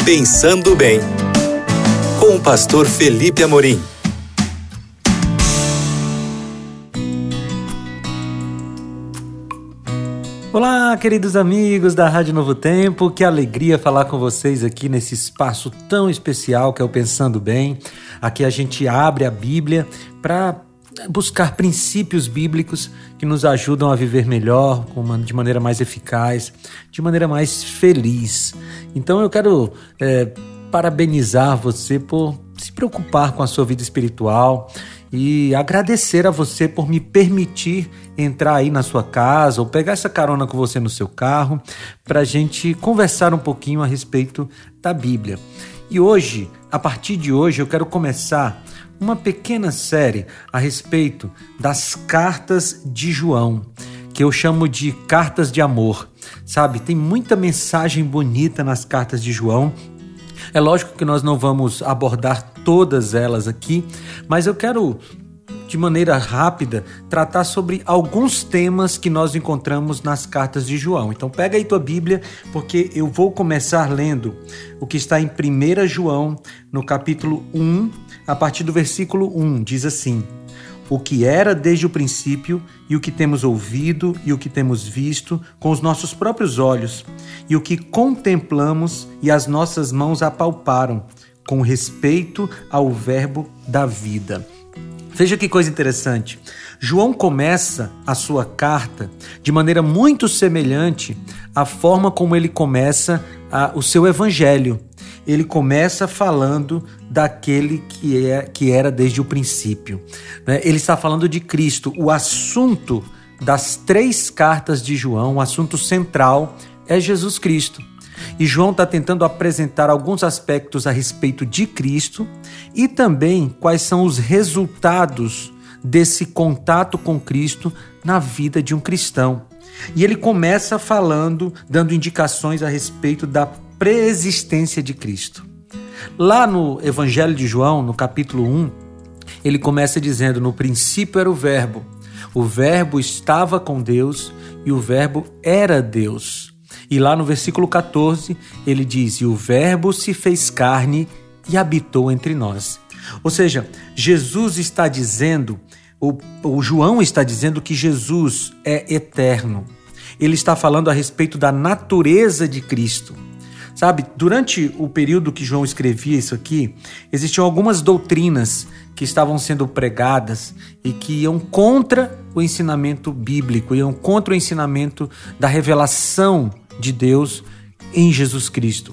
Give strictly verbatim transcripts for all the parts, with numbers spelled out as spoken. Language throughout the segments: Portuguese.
Pensando Bem, com o pastor Felipe Amorim. Olá, queridos amigos da Rádio Novo Tempo, que alegria falar com vocês aqui nesse espaço tão especial que é o Pensando Bem. Aqui a gente abre a Bíblia para buscar princípios bíblicos que nos ajudam a viver melhor, de maneira mais eficaz, de maneira mais feliz. Então eu quero é, parabenizar você por se preocupar com a sua vida espiritual e agradecer a você por me permitir entrar aí na sua casa ou pegar essa carona com você no seu carro para a gente conversar um pouquinho a respeito da Bíblia. E hoje, a partir de hoje, eu quero começar uma pequena série a respeito das cartas de João, que eu chamo de cartas de amor. Sabe, tem muita mensagem bonita nas cartas de João. É lógico que nós não vamos abordar todas elas aqui, mas eu quero, de maneira rápida, tratar sobre alguns temas que nós encontramos nas cartas de João. Então pega aí tua Bíblia, porque eu vou começar lendo o que está em primeiro João, no capítulo um, a partir do versículo um, diz assim: o que era desde o princípio, e o que temos ouvido e o que temos visto com os nossos próprios olhos, e o que contemplamos e as nossas mãos apalparam, com respeito ao verbo da vida. Veja que coisa interessante. João começa a sua carta de maneira muito semelhante à forma como ele começa a, o seu evangelho. Ele começa falando daquele que, é, que era desde o princípio. Né? Ele está falando de Cristo. O assunto das três cartas de João, o assunto central, é Jesus Cristo. E João está tentando apresentar alguns aspectos a respeito de Cristo e também quais são os resultados desse contato com Cristo na vida de um cristão. E ele começa falando, dando indicações a respeito da preexistência de Cristo. Lá no Evangelho de João, no capítulo um, ele começa dizendo: no princípio era o Verbo, o Verbo estava com Deus e o Verbo era Deus. E lá no versículo catorze, ele diz: e o Verbo se fez carne e habitou entre nós. Ou seja, Jesus está dizendo, o, o João está dizendo que Jesus é eterno. Ele está falando a respeito da natureza de Cristo. Sabe, durante o período que João escrevia isso aqui, existiam algumas doutrinas que estavam sendo pregadas e que iam contra o ensinamento bíblico, iam contra o ensinamento da revelação de Deus em Jesus Cristo.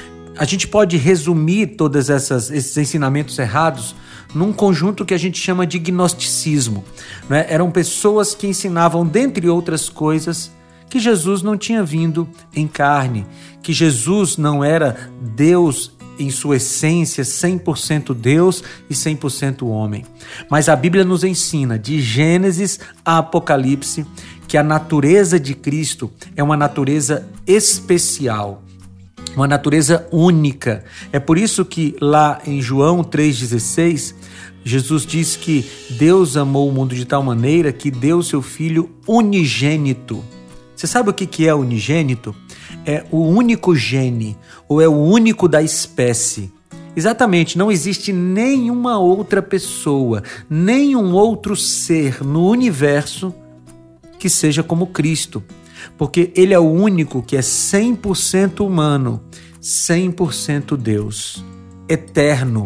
A gente pode resumir todos esses ensinamentos errados num conjunto que a gente chama de gnosticismo. Né? Eram pessoas que ensinavam, dentre outras coisas, que Jesus não tinha vindo em carne, que Jesus não era Deus em sua essência, cem por cento Deus e cem por cento homem. Mas a Bíblia nos ensina, de Gênesis a Apocalipse, que a natureza de Cristo é uma natureza especial, uma natureza única. É por isso que lá em João três dezesseis, Jesus diz que Deus amou o mundo de tal maneira que deu o seu Filho unigênito. Você sabe o que é unigênito? É o único gene, ou é o único da espécie. Exatamente, não existe nenhuma outra pessoa, nenhum outro ser no universo que seja como Cristo. Porque ele é o único que é cem por cento humano, cem por cento Deus, eterno.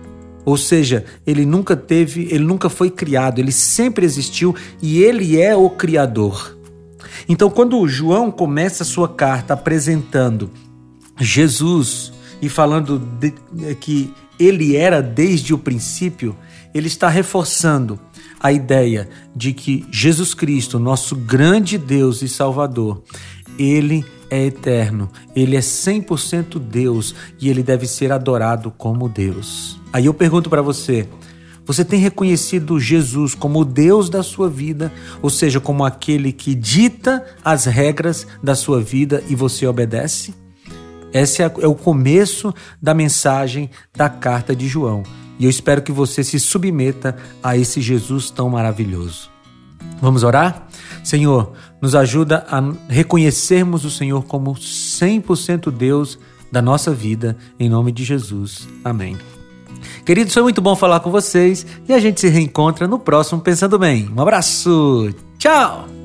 Ou seja, ele nunca teve, ele nunca foi criado, ele sempre existiu e ele é o Criador. Então, quando João começa a sua carta apresentando Jesus e falando de, que ele era desde o princípio, ele está reforçando a ideia de que Jesus Cristo, nosso grande Deus e Salvador, ele é eterno, ele é cem por cento Deus e ele deve ser adorado como Deus. Aí eu pergunto para você, você tem reconhecido Jesus como o Deus da sua vida, ou seja, como aquele que dita as regras da sua vida e você obedece? Esse é o começo da mensagem da carta de João. E eu espero que você se submeta a esse Jesus tão maravilhoso. Vamos orar? Senhor, nos ajuda a reconhecermos o Senhor como cem por cento Deus da nossa vida, em nome de Jesus. Amém. Queridos, foi muito bom falar com vocês e a gente se reencontra no próximo Pensando Bem. Um abraço, tchau!